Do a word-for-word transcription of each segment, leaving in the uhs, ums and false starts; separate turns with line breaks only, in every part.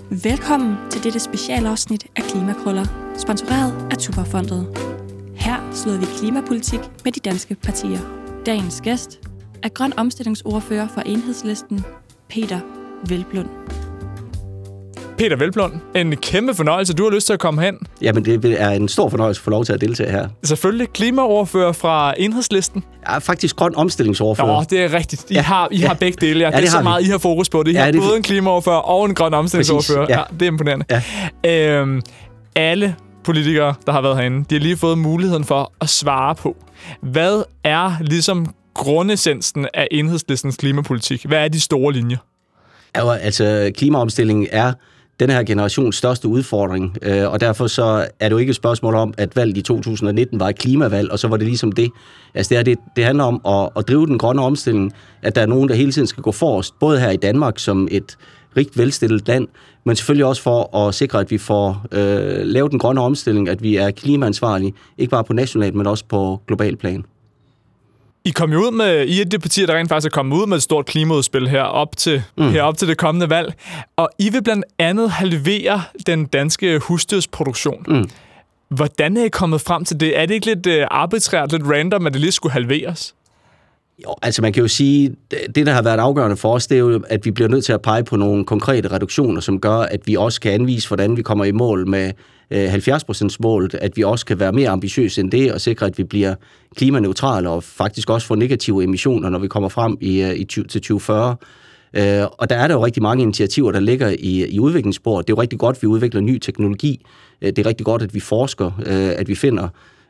Velkommen til dette specialafsnit af Klimakrøller, sponsoreret af Tuborgfondet. Her slår vi klimapolitik med de danske partier. Dagens gæst er grøn omstillingsordfører for Enhedslisten, Peder Hvelplund.
Peder Hvelplund, en kæmpe fornøjelse, du har lyst til at komme hen.
Jamen, det er en stor fornøjelse at få lov til at deltage her.
Selvfølgelig klimaordfører fra Enhedslisten.
Ja, faktisk grøn omstillingsordfører.
Nå, det er rigtigt. I
ja,
har, I
ja.
har begge dele. Ja.
Ja,
det er
det
så
har
meget, I har fokus på det. I
ja,
har
det
både en klimaordfører og en grøn omstillingsordfører.
Præcis, ja.
Ja, det er imponerende.
Ja.
Øhm, alle politikere, der har været herinde, de har lige fået muligheden for at svare på, hvad er ligesom grundessensen af Enhedslistens klimapolitik? Hvad er de store linjer?
Ja, altså, klimaomstillingen er den her generations største udfordring, øh, og derfor så er det jo ikke et spørgsmål om, at valget i to tusind nitten var et klimavalg, og så var det ligesom det. Altså det, er det, det handler om at, at drive den grønne omstilling, at der er nogen, der hele tiden skal gå forrest, både her i Danmark som et rigt velstillet land, men selvfølgelig også for at sikre, at vi får øh, lavet den grønne omstilling, at vi er klimaansvarlige, ikke bare på nationalt, men også på global plan.
I kom jo ud med, I er det parti, der rent faktisk er kommet ud med et stort klimaudspil her op til, mm. her op til det kommende valg. Og I vil blandt andet halvere den danske husdyrsproduktion. Mm. Hvordan er I kommet frem til det? Er det ikke lidt uh, arbitrært, lidt random, at det lige skulle halveres?
Jo, altså man kan jo sige, det der har været afgørende for os, det er jo, at vi bliver nødt til at pege på nogle konkrete reduktioner, som gør, at vi også kan anvise, hvordan vi kommer i mål med halvfjerds procent målet, at vi også kan være mere ambitiøse end det, og sikre, at vi bliver klimaneutrale, og faktisk også få negative emissioner, når vi kommer frem i, i til tyve fyrre. Og der er der jo rigtig mange initiativer, der ligger i, i udviklingssporet. Det er jo rigtig godt, at vi udvikler ny teknologi. Det er rigtig godt, at vi forsker, at vi finder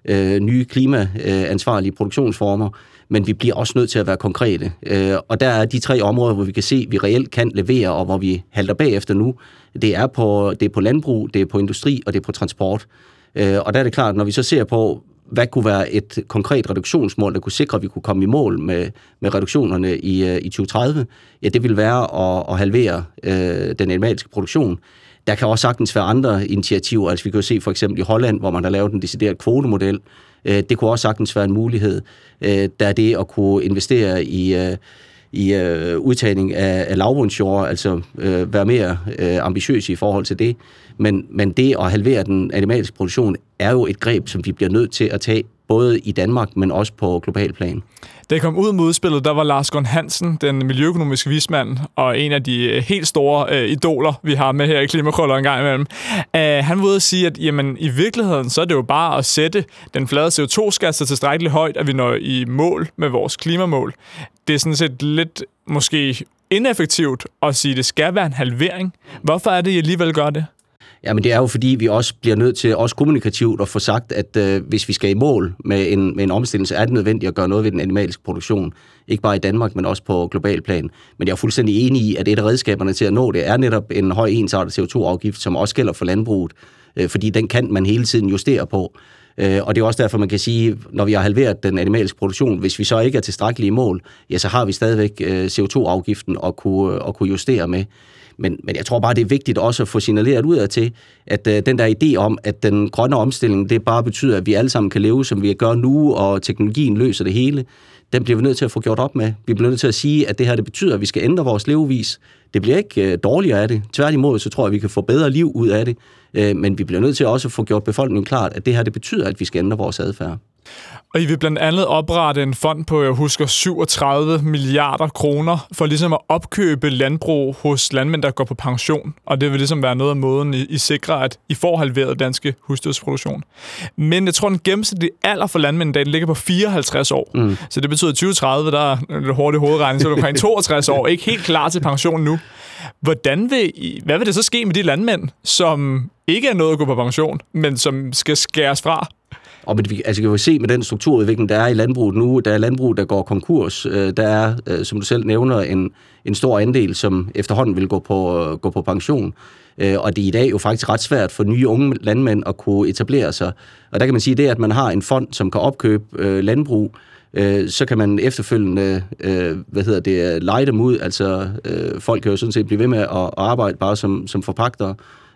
nye klimaansvarlige produktionsformer, men vi bliver også nødt til at være konkrete. Og der er de tre områder, hvor vi kan se, at vi reelt kan levere, og hvor vi halter bagefter nu. Det er på, det er på landbrug, det er på industri, og det er på transport. Og der er det klart, når vi så ser på, hvad kunne være et konkret reduktionsmål, der kunne sikre, at vi kunne komme i mål med, med reduktionerne i, i tyve tredive, ja, det vil være at, at halvere øh, den animalske produktion. Der kan også sagtens være andre initiativer. Altså vi kan jo se for eksempel i Holland, hvor man har lavet en decideret kvotemodel. Det kunne også sagtens være en mulighed. Der er det at kunne investere i, i udtagning af, af lavbundsjord, altså være mere ambitiøs i forhold til det. Men, men det at halvere den animalske produktion er jo et greb, som vi bliver nødt til at tage, både i Danmark, men også på global plan.
Da jeg kom ud med udspillet, der var Lars Gunn Hansen, den miljøøkonomiske vismand, og en af de helt store øh, idoler, vi har med her i Klimakrøller en gang imellem. Uh, han var ude at sige, at jamen, i virkeligheden, så er det jo bare at sætte den flade C O to skat så tilstrækkeligt højt, at vi når i mål med vores klimamål. Det er sådan set lidt måske ineffektivt at sige, at det skal være en halvering. Hvorfor er det, I alligevel gør det?
Jamen det er jo fordi, vi også bliver nødt til, også kommunikativt, at få sagt, at øh, hvis vi skal i mål med en, med en omstilling, så er det nødvendigt at gøre noget ved den animalske produktion. Ikke bare i Danmark, men også på global plan. Men jeg er fuldstændig enig i, at et af redskaberne til at nå det er netop en høj ensartet C O to afgift, som også gælder for landbruget, øh, fordi den kan man hele tiden justere på. Øh, og det er også derfor, man kan sige, når vi har halveret den animalske produktion, hvis vi så ikke er tilstrækkelige i mål, ja, så har vi stadigvæk øh, C O to afgiften at kunne, at kunne justere med. Men, men jeg tror bare, det er vigtigt også at få signaleret ud af til, at øh, den der idé om, at den grønne omstilling, det bare betyder, at vi alle sammen kan leve, som vi gør nu, og teknologien løser det hele, den bliver vi nødt til at få gjort op med. Vi bliver nødt til at sige, at det her det betyder, at vi skal ændre vores levevis. Det bliver ikke øh, dårligere af det. Tværtimod, så tror jeg, at vi kan få bedre liv ud af det. Øh, men vi bliver nødt til også at få gjort befolkningen klart, at det her det betyder, at vi skal ændre vores adfærd.
Og I vil blandt andet oprette en fond på, jeg husker, syvogtredive milliarder kroner for ligesom at opkøbe landbrug hos landmænd, der går på pension. Og det vil ligesom være noget af måden, I, I sikrer, at I får halveret danske husdyrsproduktion. Men jeg tror, den gennemsnitlige alder for landmænd, den ligger på fireoghalvtreds år. Mm. Så det betyder tyve tredive, der er lidt hurtigt hovedregning, så er du omkring toogtres år, ikke helt klar til pension nu. Hvordan vil I, hvad vil det så ske med de landmænd, som ikke er nået at gå på pension, men som skal skæres fra?
Og vi altså, kan jo se med den strukturudvikling, der er i landbruget nu, der er landbrug, der går konkurs. Der er, som du selv nævner, en, en stor andel, som efterhånden vil gå på, gå på pension. Og det er i dag jo faktisk ret svært for nye unge landmænd at kunne etablere sig. Og der kan man sige det, at man har en fond, som kan opkøbe landbrug, så kan man efterfølgende, hvad hedder det, leje dem ud. Altså folk kan jo sådan set blive ved med at arbejde bare som, som forpagtere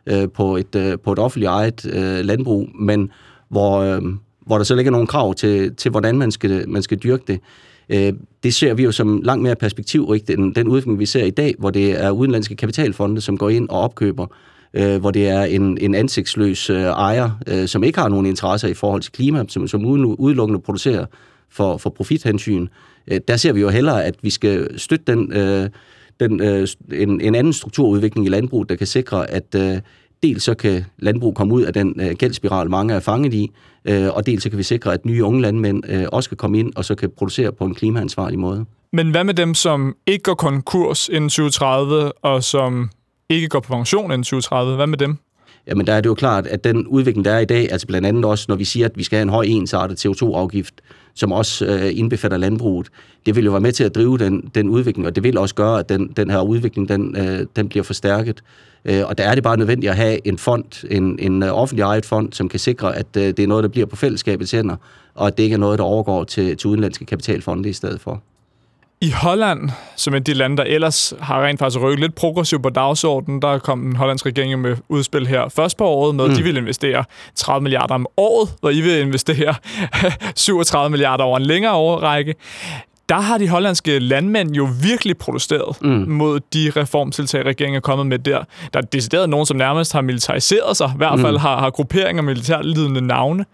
på et, på et offentligt ejet landbrug, men hvor, øh, hvor der så ligger nogle krav til, til hvordan man skal, man skal dyrke det. Øh, det ser vi jo som langt mere perspektivrigt end den udvikling, vi ser i dag, hvor det er udenlandske kapitalfonde, som går ind og opkøber øh, hvor det er en, en ansigtsløs øh, ejer, øh, som ikke har nogen interesser i forhold til klima, som, som udelukkende producerer for, for profithensyn. Øh, der ser vi jo hellere, at vi skal støtte den, øh, den, øh, en, en anden strukturudvikling i landbruget, der kan sikre, at øh, dels så kan landbrug komme ud af den øh, gældsspiral, mange er fanget i, øh, og dels så kan vi sikre, at nye unge landmænd øh, også kan komme ind og så kan producere på en klimaansvarlig måde.
Men hvad med dem, som ikke går konkurs inden tyve tredive, og som ikke går på pension inden tyve tredive? Hvad med dem?
Jamen der er det jo klart, at den udvikling, der er i dag, altså blandt andet også, når vi siger, at vi skal have en høj ensartet C O to afgift, som også øh, indbefatter landbruget, det vil jo være med til at drive den, den udvikling, og det vil også gøre, at den, den her udvikling, den, øh, den bliver forstærket. Øh, og der er det bare nødvendigt at have en fond, en, en offentlig ejet fond, som kan sikre, at øh, det er noget, der bliver på fællesskabets hænder, og at det ikke er noget, der overgår til, til udenlandske kapitalfonde i stedet for.
I Holland, som er de lande, der ellers har rent faktisk rykket lidt progressivt på dagsordenen, der kom den hollandske regering med udspil her først på året med, at mm. de vil investere tredive milliarder om året, hvor I vil investere syvogtredive milliarder over en længere årrække. Der har de hollandske landmænd jo virkelig protesteret mm. mod de reformtiltag, regeringen er kommet med der. Der er decideret nogen, som nærmest har militariseret sig, i hvert fald mm. har, har grupperinger militærlidende navne.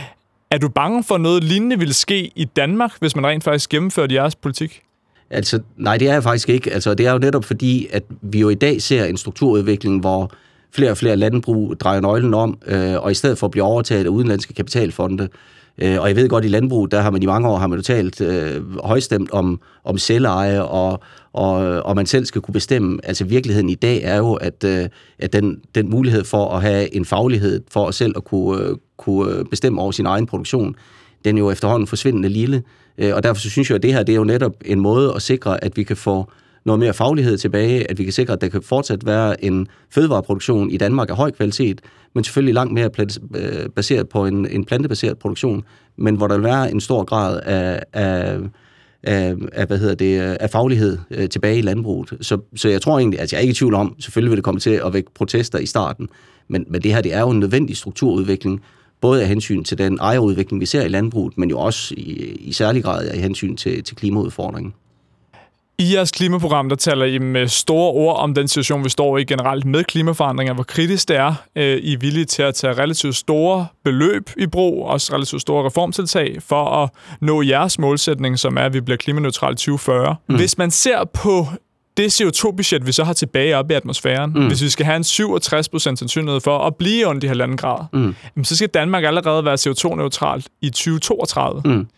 Er du bange for, noget lignende ville ske i Danmark, hvis man rent faktisk gennemførte jeres politik?
Altså, nej, det er jeg faktisk ikke. Altså, det er jo netop fordi, at vi jo i dag ser en strukturudvikling, hvor flere og flere landbrug drejer nøglen om, øh, og i stedet for at blive overtaget af udenlandske kapitalfonde. Øh, og jeg ved godt, i landbrug, der har man i mange år har man jo talt øh, højstemt om, om selveje, og, og, og man selv skal kunne bestemme. Altså, virkeligheden i dag er jo, at, øh, at den, den mulighed for at have en faglighed for selv at kunne, øh, kunne bestemme over sin egen produktion, den er jo efterhånden forsvindende lille. Og derfor så synes jeg, at det her det er jo netop en måde at sikre, at vi kan få noget mere faglighed tilbage, at vi kan sikre, at der kan fortsat være en fødevareproduktion i Danmark af høj kvalitet, men selvfølgelig langt mere baseret på en, en plantebaseret produktion, men hvor der vil være en stor grad af, af, af, af, hvad hedder det, af faglighed tilbage i landbruget. Så, så jeg tror egentlig, at jeg er ikke i tvivl om, selvfølgelig vil det komme til at vække protester i starten, men, men det her det er jo en nødvendig strukturudvikling, både af hensyn til den ejerudvikling, vi ser i landbruget, men jo også i, i særlig grad af hensyn til, til klimaudfordringen.
I jeres klimaprogram, der taler I med store ord om den situation, vi står i generelt med klimaforandringer, hvor kritisk det er. I er villige til at tage relativt store beløb i brug, også relativt store reformtiltag, for at nå jeres målsætning, som er, at vi bliver klimaneutral i tyve fyrre. Mm. Hvis man ser på det C O to budget, vi så har tilbage op i atmosfæren, mm. hvis vi skal have en syvogtres procent sandsynlighed for at blive under de halvanden grader, mm. så skal Danmark allerede være C O to neutralt i tyve toogtredive. Mm.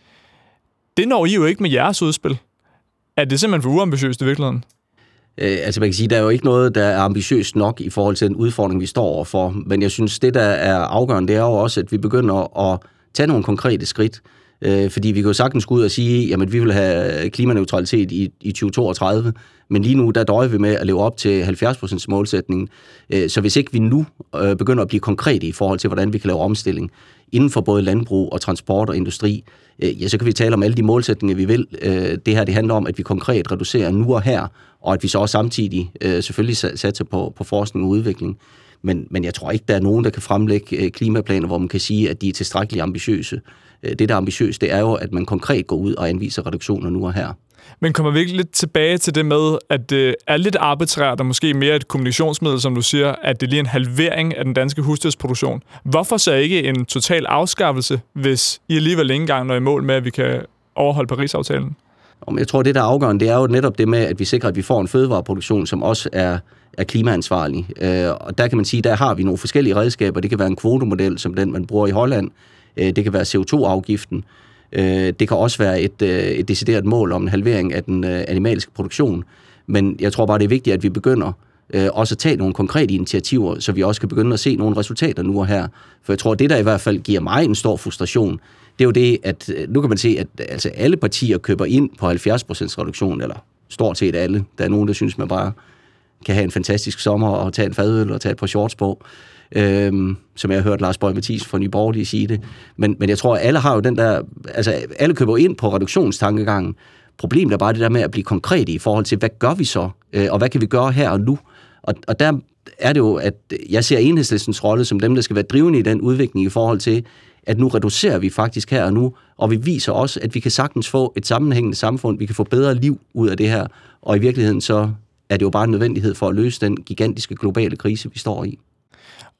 Det når I jo ikke med jeres udspil. Er det simpelthen for uambitiøst i virkeligheden?
Øh, altså man kan sige, der er jo ikke noget, der er ambitiøst nok i forhold til den udfordring, vi står overfor. Men jeg synes, det der er afgørende, det er jo også, at vi begynder at tage nogle konkrete skridt. Øh, fordi vi kan jo sagtens gå ud og sige, jamen vi vil have klimaneutralitet i, i tyve toogtredive, men lige nu der døjer vi med at leve op til halvfjerds procent målsætningen. Øh, så hvis ikke vi nu øh, begynder at blive konkrete i forhold til, hvordan vi kan lave omstilling inden for både landbrug og transport og industri, øh, ja, så kan vi tale om alle de målsætninger, vi vil. Øh, det her det handler om, at vi konkret reducerer nu og her, og at vi så også samtidig øh, selvfølgelig satser på, på forskning og udvikling. Men, men jeg tror ikke, der er nogen, der kan fremlægge øh, klimaplaner, hvor man kan sige, at de er tilstrækkeligt ambitiøse. Det, der er ambitiøst, det er jo, at man konkret går ud og anviser reduktioner nu og her.
Men kommer vi ikke lidt tilbage til det med, at det er lidt arbitrært og måske mere et kommunikationsmiddel, som du siger, at det er lige en halvering af den danske husdyrsproduktion? Hvorfor så ikke en total afskaffelse, hvis I alligevel ikke engang når i mål med, at vi kan overholde Paris-aftalen?
Jeg tror, det der er afgørende, det er jo netop det med, at vi sikrer, at vi får en fødevareproduktion, som også er, er klimaansvarlig. Og der kan man sige, der har vi nogle forskellige redskaber. Det kan være en kvotemodel, som den, man bruger i Holland. Det kan være C O to afgiften. Det kan også være et, et decideret mål om en halvering af den animalske produktion. Men jeg tror bare, det er vigtigt, at vi begynder også at tage nogle konkrete initiativer, så vi også kan begynde at se nogle resultater nu og her. For jeg tror, det der i hvert fald giver mig en stor frustration, det er jo det, at nu kan man se, at altså, alle partier køber ind på halvfjerds procent reduktion, eller stort set alle. Der er nogen, der synes, man bare kan have en fantastisk sommer og tage en fadøl og tage et par shorts på. Øhm, som jeg har hørt Lars Boje Mathiesen fra Nye Borgerlige sige det. Men, men jeg tror, at alle har jo den der, altså alle køber ind på reduktionstankegangen. Problemet er bare det der med at blive konkrete i forhold til, hvad gør vi så, øh, og hvad kan vi gøre her og nu? Og, og der er det jo, at jeg ser Enhedslistens rolle som dem, der skal være drivende i den udvikling i forhold til, at nu reducerer vi faktisk her og nu, og vi viser også, at vi kan sagtens få et sammenhængende samfund, vi kan få bedre liv ud af det her, og i virkeligheden så er det jo bare en nødvendighed for at løse den gigantiske globale krise, vi står i.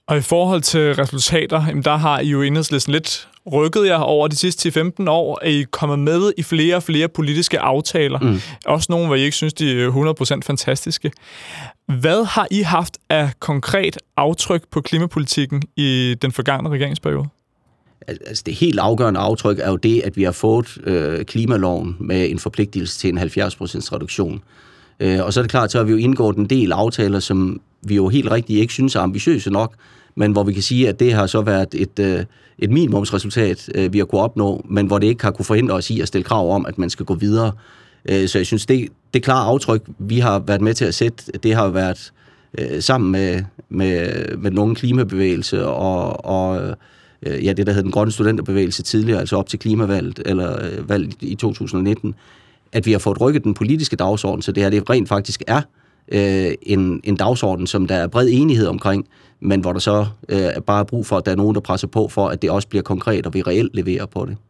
Og i forhold til resultater, jamen der har I jo Enhedslisten lidt rykket jer over de sidste ti til femten år, at I er kommet med i flere og flere politiske aftaler. Mm. Også nogle, hvor I ikke synes, de er hundrede procent fantastiske. Hvad har I haft af konkret aftryk på klimapolitikken i den forgangne regeringsperiode?
Altså det helt afgørende aftryk er jo det, at vi har fået øh, klimaloven med en forpligtelse til en halvfjerds procent reduktion. Øh, og så er det klart, så har vi jo indgået en del aftaler, som vi jo helt rigtigt ikke synes er ambitiøse nok, men hvor vi kan sige, at det har så været et, øh, et minimumsresultat, øh, vi har kunne opnå, men hvor det ikke har kunne forhindre os i at stille krav om, at man skal gå videre. Øh, så jeg synes, det, det klare aftryk, vi har været med til at sætte, det har været øh, sammen med, med, med nogle klimabevægelse og, og øh, ja, det, der hed den grønne studenterbevægelse tidligere, altså op til klimavalget, eller øh, valget i to tusind nitten, at vi har fået rykket den politiske dagsorden, så det her det rent faktisk er øh, en, en dagsorden, som der er bred enighed omkring, men hvor der så øh, bare er brug for, at der er nogen, der presser på for, at det også bliver konkret, og vi reelt leverer på det.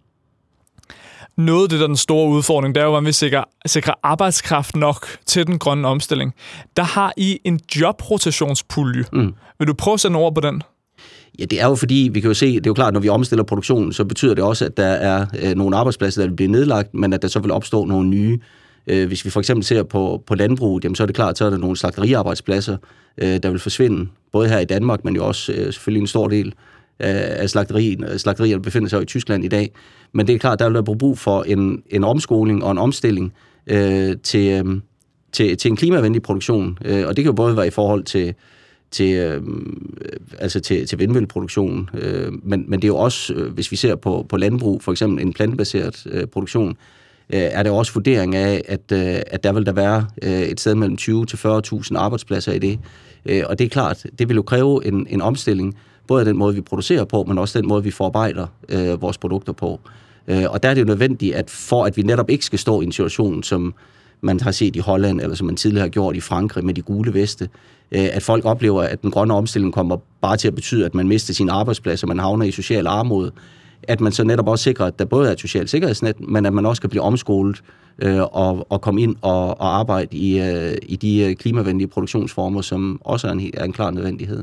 Noget af det, der er den store udfordring, det er jo, at vi sikrer, sikrer arbejdskraft nok til den grønne omstilling. Der har I en jobrotationspulje. Mm. Vil du prøve at sætte ord på den?
Ja, det er jo fordi, vi kan jo se, det er jo klart, når vi omstiller produktionen, så betyder det også, at der er øh, nogle arbejdspladser, der vil blive nedlagt, men at der så vil opstå nogle nye. Øh, hvis vi for eksempel ser på, på landbruget, jamen, så er det klart, så er der nogle slagteriarbejdspladser, øh, der vil forsvinde, både her i Danmark, men jo også øh, selvfølgelig en stor del af slagterier, slagterier, der befinder sig i Tyskland i dag. Men det er klart, der vil være brug for en, en omskoling og en omstilling øh, til, øh, til, til en klimavenlig produktion. Øh, og det kan jo både være i forhold til til, øh, altså til, til vindmølleproduktion, øh, men, men det er jo også, øh, hvis vi ser på, på landbrug, for eksempel en plantebaseret øh, produktion, øh, er der også vurdering af, at, øh, at der vil der være øh, et sted mellem tyve til fyrre tusind arbejdspladser i det. Øh, og det er klart, det vil jo kræve en, en omstilling, både af den måde, vi producerer på, men også den måde, vi forarbejder øh, vores produkter på. Øh, og der er det jo nødvendigt, at for at vi netop ikke skal stå i en situation, som man har set i Holland, eller som man tidligere har gjort i Frankrig med de gule veste, at folk oplever, at den grønne omstilling kommer bare til at betyde, at man mister sin arbejdsplads, og man havner i social armod, at man så netop også sikrer, at der både er et socialt sikkerhedsnet, men at man også kan blive omskolet øh, og, og komme ind og, og arbejde i, øh, i de klimavenlige produktionsformer, som også er en, er en klar nødvendighed.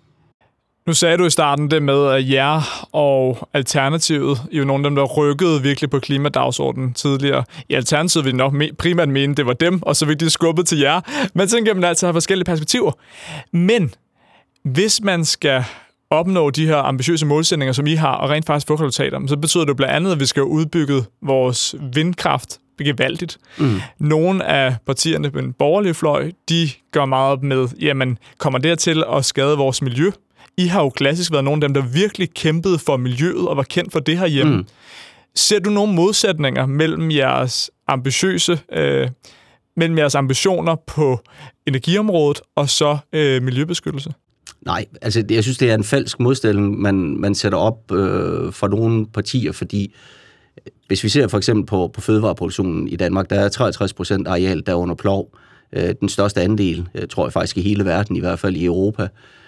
Nu sagde du i starten det med, at jer og Alternativet er jo nogle af dem, der rykkede virkelig på klimadagsordenen tidligere. I Alternativet ville nok primært mene, det var dem, og så ville de skubbet til jer. Men sådan kan man altid have forskellige perspektiver. Men hvis man skal opnå de her ambitiøse målsætninger, som I har, og rent faktisk få resultater, så betyder det blandt andet, at vi skal have udbygget vores vindkraft gevaldigt. Mm. Nogle af partierne på den borgerlige fløj, de gør meget op med, jamen, kommer det til at skade vores miljø? I har jo klassisk været nogle af dem, der virkelig kæmpede for miljøet og var kendt for det her hjemme. Mm. Ser du nogle modsætninger mellem jeres ambitiøse, øh, mellem jeres ambitioner på energiområdet og så øh, miljøbeskyttelse?
Nej, altså jeg synes, det er en falsk modstilling, man, man sætter op øh, for nogle partier, fordi hvis vi ser for eksempel på, på fødevareproduktionen i Danmark, der er treogtres procent areal, der er under plov. Øh, den største andel, jeg tror jeg faktisk i hele verden, i hvert fald i Europa.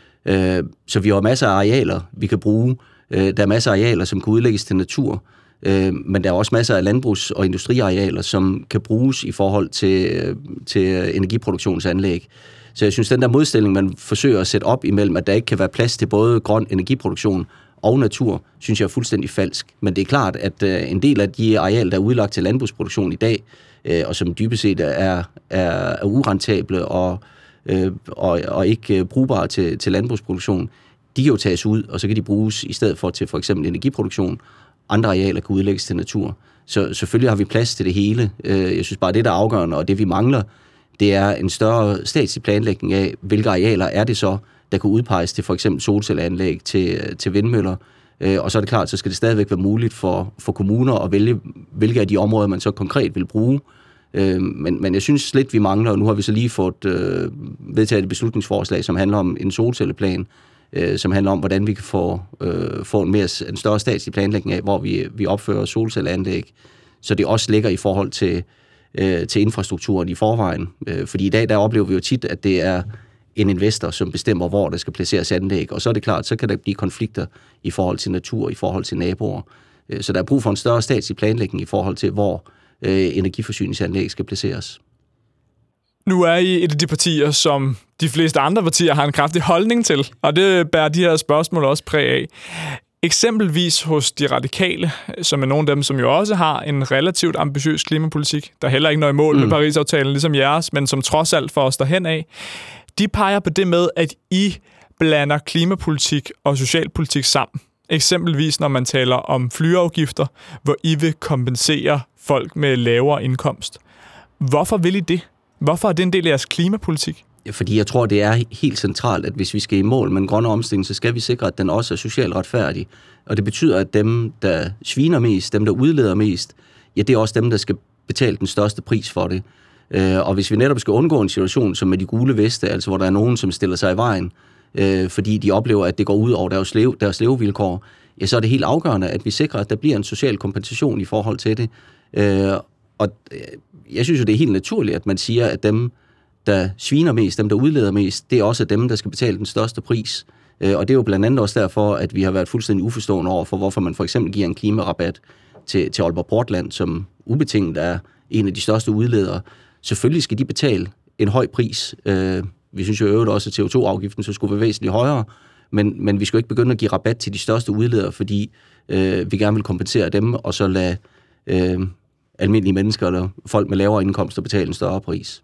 Så vi har masser af arealer, vi kan bruge. Der er masser af arealer, som kan udlægges til natur, men der er også masser af landbrugs- og industriarealer, som kan bruges i forhold til, til energiproduktionsanlæg. Så jeg synes, den der modstilling, man forsøger at sætte op imellem, at der ikke kan være plads til både grøn energiproduktion og natur, synes jeg er fuldstændig falsk. Men det er klart, at en del af de arealer, der er udlagt til landbrugsproduktion i dag, og som dybest set er, er, er urentable og Øh, og, og ikke øh, brugbare til, til landbrugsproduktion, de kan jo tages ud, og så kan de bruges i stedet for til for eksempel energiproduktion. Andre arealer kan udlægges til natur. Så selvfølgelig har vi plads til det hele. Øh, jeg synes bare, det der er afgørende, og det vi mangler, det er en større statslig planlægning af, hvilke arealer er det så, der kan udpeges til for eksempel solcelleanlæg, til, til vindmøller. Øh, og så er det klart, så skal det stadigvæk være muligt for, for kommuner at vælge, hvilke af de områder, man så konkret vil bruge. Men, men jeg synes lidt, vi mangler, og nu har vi så lige fået øh, vedtaget et beslutningsforslag, som handler om en solcelleplan, øh, som handler om, hvordan vi kan få, øh, få en, mere, en større statslig planlægning af, hvor vi, vi opfører solcelleanlæg, så det også ligger i forhold til, øh, til infrastrukturen i forvejen. Øh, fordi i dag, der oplever vi jo tit, at det er en investor, som bestemmer, hvor der skal placeres anlæg, og så er det klart, så kan der blive konflikter i forhold til natur, i forhold til naboer. Øh, så der er brug for en større statslig planlægning i forhold til, hvor energiforsyningsanlæg skal placeres.
Nu er I et af de partier, som de fleste andre partier har en kraftig holdning til, og det bærer de her spørgsmål også præg af. Eksempelvis hos de radikale, som er nogle af dem, som jo også har en relativt ambitiøs klimapolitik, der heller ikke når i mål mm. med Paris-aftalen, ligesom jeres, men som trods alt får os derhen af. De peger på det med, at I blander klimapolitik og socialpolitik sammen. Eksempelvis når man taler om flyafgifter, hvor I vil kompensere folk med lavere indkomst. Hvorfor vil I det? Hvorfor er det en del af jeres klimapolitik?
Fordi jeg tror, det er helt centralt, at hvis vi skal i mål med en grønne omstilling, så skal vi sikre, at den også er socialt retfærdig. Og det betyder, at dem, der sviner mest, dem, der udleder mest, ja, det er også dem, der skal betale den største pris for det. Og hvis vi netop skal undgå en situation som med de gule veste, altså hvor der er nogen, som stiller sig i vejen, fordi de oplever, at det går ud over deres, leve, deres levevilkår, ja, så er det helt afgørende, at vi sikrer, at der bliver en social kompensation i forhold til det. Og jeg synes jo, det er helt naturligt, at man siger, at dem, der sviner mest, dem, der udleder mest, det er også dem, der skal betale den største pris. Og det er jo blandt andet også derfor, at vi har været fuldstændig uforstående over for, hvorfor man for eksempel giver en klimarabat til, til Aalborg Portland, som ubetinget er en af de største udledere. Selvfølgelig skal de betale en høj pris. Vi synes jo øvrigt også, at C O to afgiften så skulle være væsentligt højere, men, men vi skal jo ikke begynde at give rabat til de største udledere, fordi øh, vi gerne vil kompensere dem, og så lade øh, almindelige mennesker eller folk med lavere indkomster betale en større pris.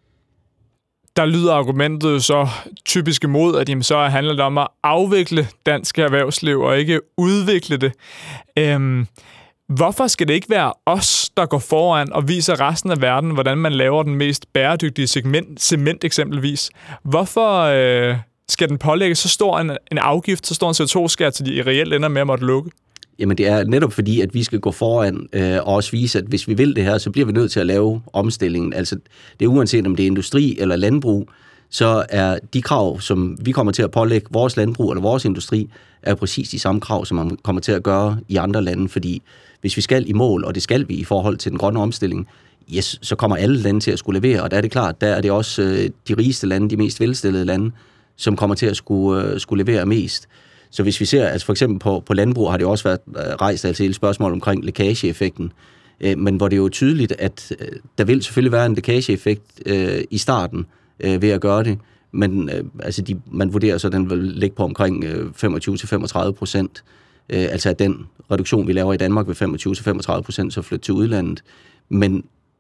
Der lyder argumentet så typisk imod, at jamen, så handler det om at afvikle dansk erhvervsliv og ikke udvikle det. Øhm, hvorfor skal det ikke være os, der går foran og viser resten af verden, hvordan man laver den mest bæredygtige segment, cement eksempelvis? Hvorfor øh, skal den pålægge så stor en, en afgift, så stor en C O to-skat, så de reelt ender med at måtte lukke?
Jamen det er netop fordi, at vi skal gå foran øh, og også vise, at hvis vi vil det her, så bliver vi nødt til at lave omstillingen. Altså det er uanset om det er industri eller landbrug, så er de krav, som vi kommer til at pålægge vores landbrug eller vores industri, er præcis de samme krav, som man kommer til at gøre i andre lande. Fordi hvis vi skal i mål, og det skal vi i forhold til den grønne omstilling, yes, så kommer alle lande til at skulle levere. Og der er det klart, der er det også øh, de rigeste lande, de mest velstillede lande, som kommer til at skulle, øh, skulle levere mest. Så hvis vi ser, altså for eksempel på, på landbrug har det også været rejst altså hele spørgsmål omkring lækageeffekten, øh, men hvor det er jo tydeligt, at øh, der vil selvfølgelig være en lækageeffekt øh, i starten øh, ved at gøre det, men øh, altså de, man vurderer så, at den vil ligge på omkring øh, femogtyve til femogtredive procent, øh, altså at den reduktion, vi laver i Danmark ved femogtyve til femogtredive procent, så flytter til udlandet. Men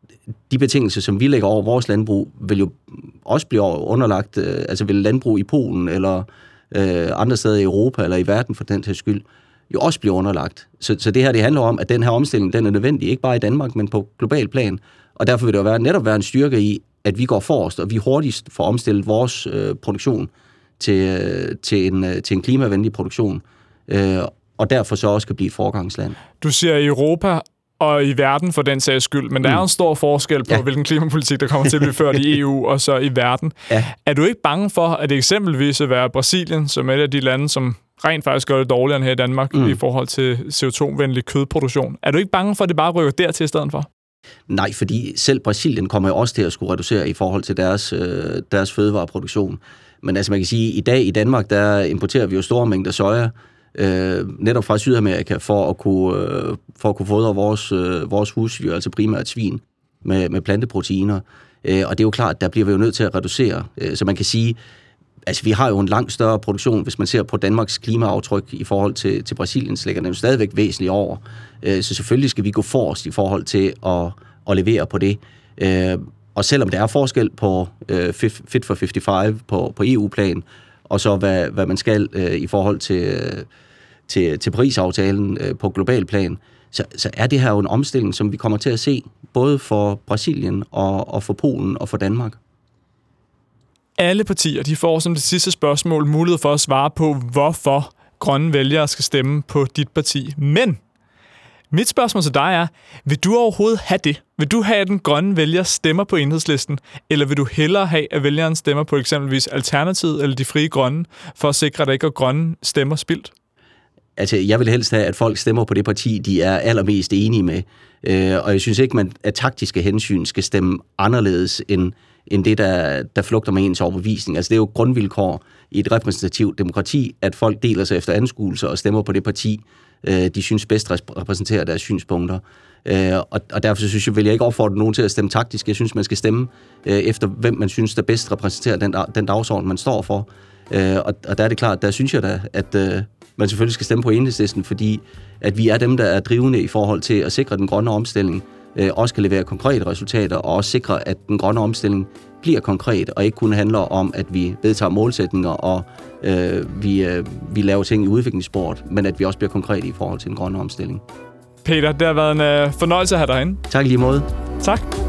de betingelser, som vi lægger over vores landbrug, vil jo også blive underlagt, øh, altså vil landbrug i Polen eller Øh, andre steder i Europa eller i verden for den til skyld, jo også bliver underlagt. Så, så det her, det handler om, at den her omstilling, den er nødvendig, ikke bare i Danmark, men på global plan. Og derfor vil det jo være, netop være en styrke i, at vi går forrest, og vi hurtigst får omstillet vores øh, produktion til, øh, til, en, øh, til en klimavenlig produktion. Øh, og derfor så også kan blive et foregangsland. Du
siger Europa og i verden for den sags skyld, men der er jo en stor forskel på, ja. hvilken klimapolitik, der kommer til at blive ført i E U og så i verden. Ja. Er du ikke bange for, at det eksempelvis vil være Brasilien, som er et af de lande, som rent faktisk gør det dårligere end her i Danmark mm. i forhold til C O to-venlig kødproduktion? Er du ikke bange for, at det bare rykker dertil i stedet for?
Nej, fordi selv Brasilien kommer jo også til at skulle reducere i forhold til deres, øh, deres fødevareproduktion. Men altså man kan sige, at i dag i Danmark, der importerer vi jo store mængder soja, Øh, netop fra Sydamerika for at kunne øh, for at kunne fodre vores øh, vores husdyr, altså primært svin med med planteproteiner. Øh, og det er jo klart, der bliver vi jo nødt til at reducere. Øh, så man kan sige, altså vi har jo en langt større produktion, hvis man ser på Danmarks klimaaftryk i forhold til til Brasiliens, ligger den jo stadigvæk væsentligt over. Øh, så selvfølgelig skal vi gå forrest i forhold til at at levere på det. Øh, og selvom der er forskel på øh, Fit for femoghalvfems på på E U-plan, og så hvad hvad man skal øh, i forhold til øh, til, til Paris-aftalen øh, på global plan, så, så er det her jo en omstilling, som vi kommer til at se, både for Brasilien og, og for Polen og for Danmark.
Alle partier, de får som det sidste spørgsmål mulighed for at svare på, hvorfor grønne vælgere skal stemme på dit parti. Men mit spørgsmål til dig er, vil du overhovedet have det? Vil du have, at den grønne vælger stemmer på Enhedslisten, eller vil du hellere have, at vælgeren stemmer på eksempelvis Alternativet eller de Frie Grønne, for at sikre, at der ikke er grønne stemmer spildt?
Altså, jeg vil helst have, at folk stemmer på det parti, de er allermest enige med. Øh, og jeg synes ikke, man af taktiske hensyn skal stemme anderledes end, end det, der, der flugter med ens overbevisning. Altså, det er jo grundvilkår i et repræsentativt demokrati, at folk deler sig efter anskuelser og stemmer på det parti, øh, de synes bedst repræsenterer deres synspunkter. Øh, og, og derfor så synes jeg, vil jeg ikke opfordre nogen til at stemme taktisk. Jeg synes, man skal stemme øh, efter, hvem man synes, der bedst repræsenterer den, den dagsorden, man står for. Øh, og, og der er det klart, der synes jeg da, at øh, man selvfølgelig skal stemme på Enhedslisten, fordi at vi er dem, der er drivende i forhold til at sikre den grønne omstilling, øh, også kan levere konkrete resultater, og også sikre, at den grønne omstilling bliver konkret, og ikke kun handler om, at vi vedtager målsætninger, og øh, vi, øh, vi laver ting i udviklingssporet, men at vi også bliver konkrete i forhold til den grønne omstilling.
Peter, det har været en øh, fornøjelse at have dig herinde.
Tak i lige måde.
Tak.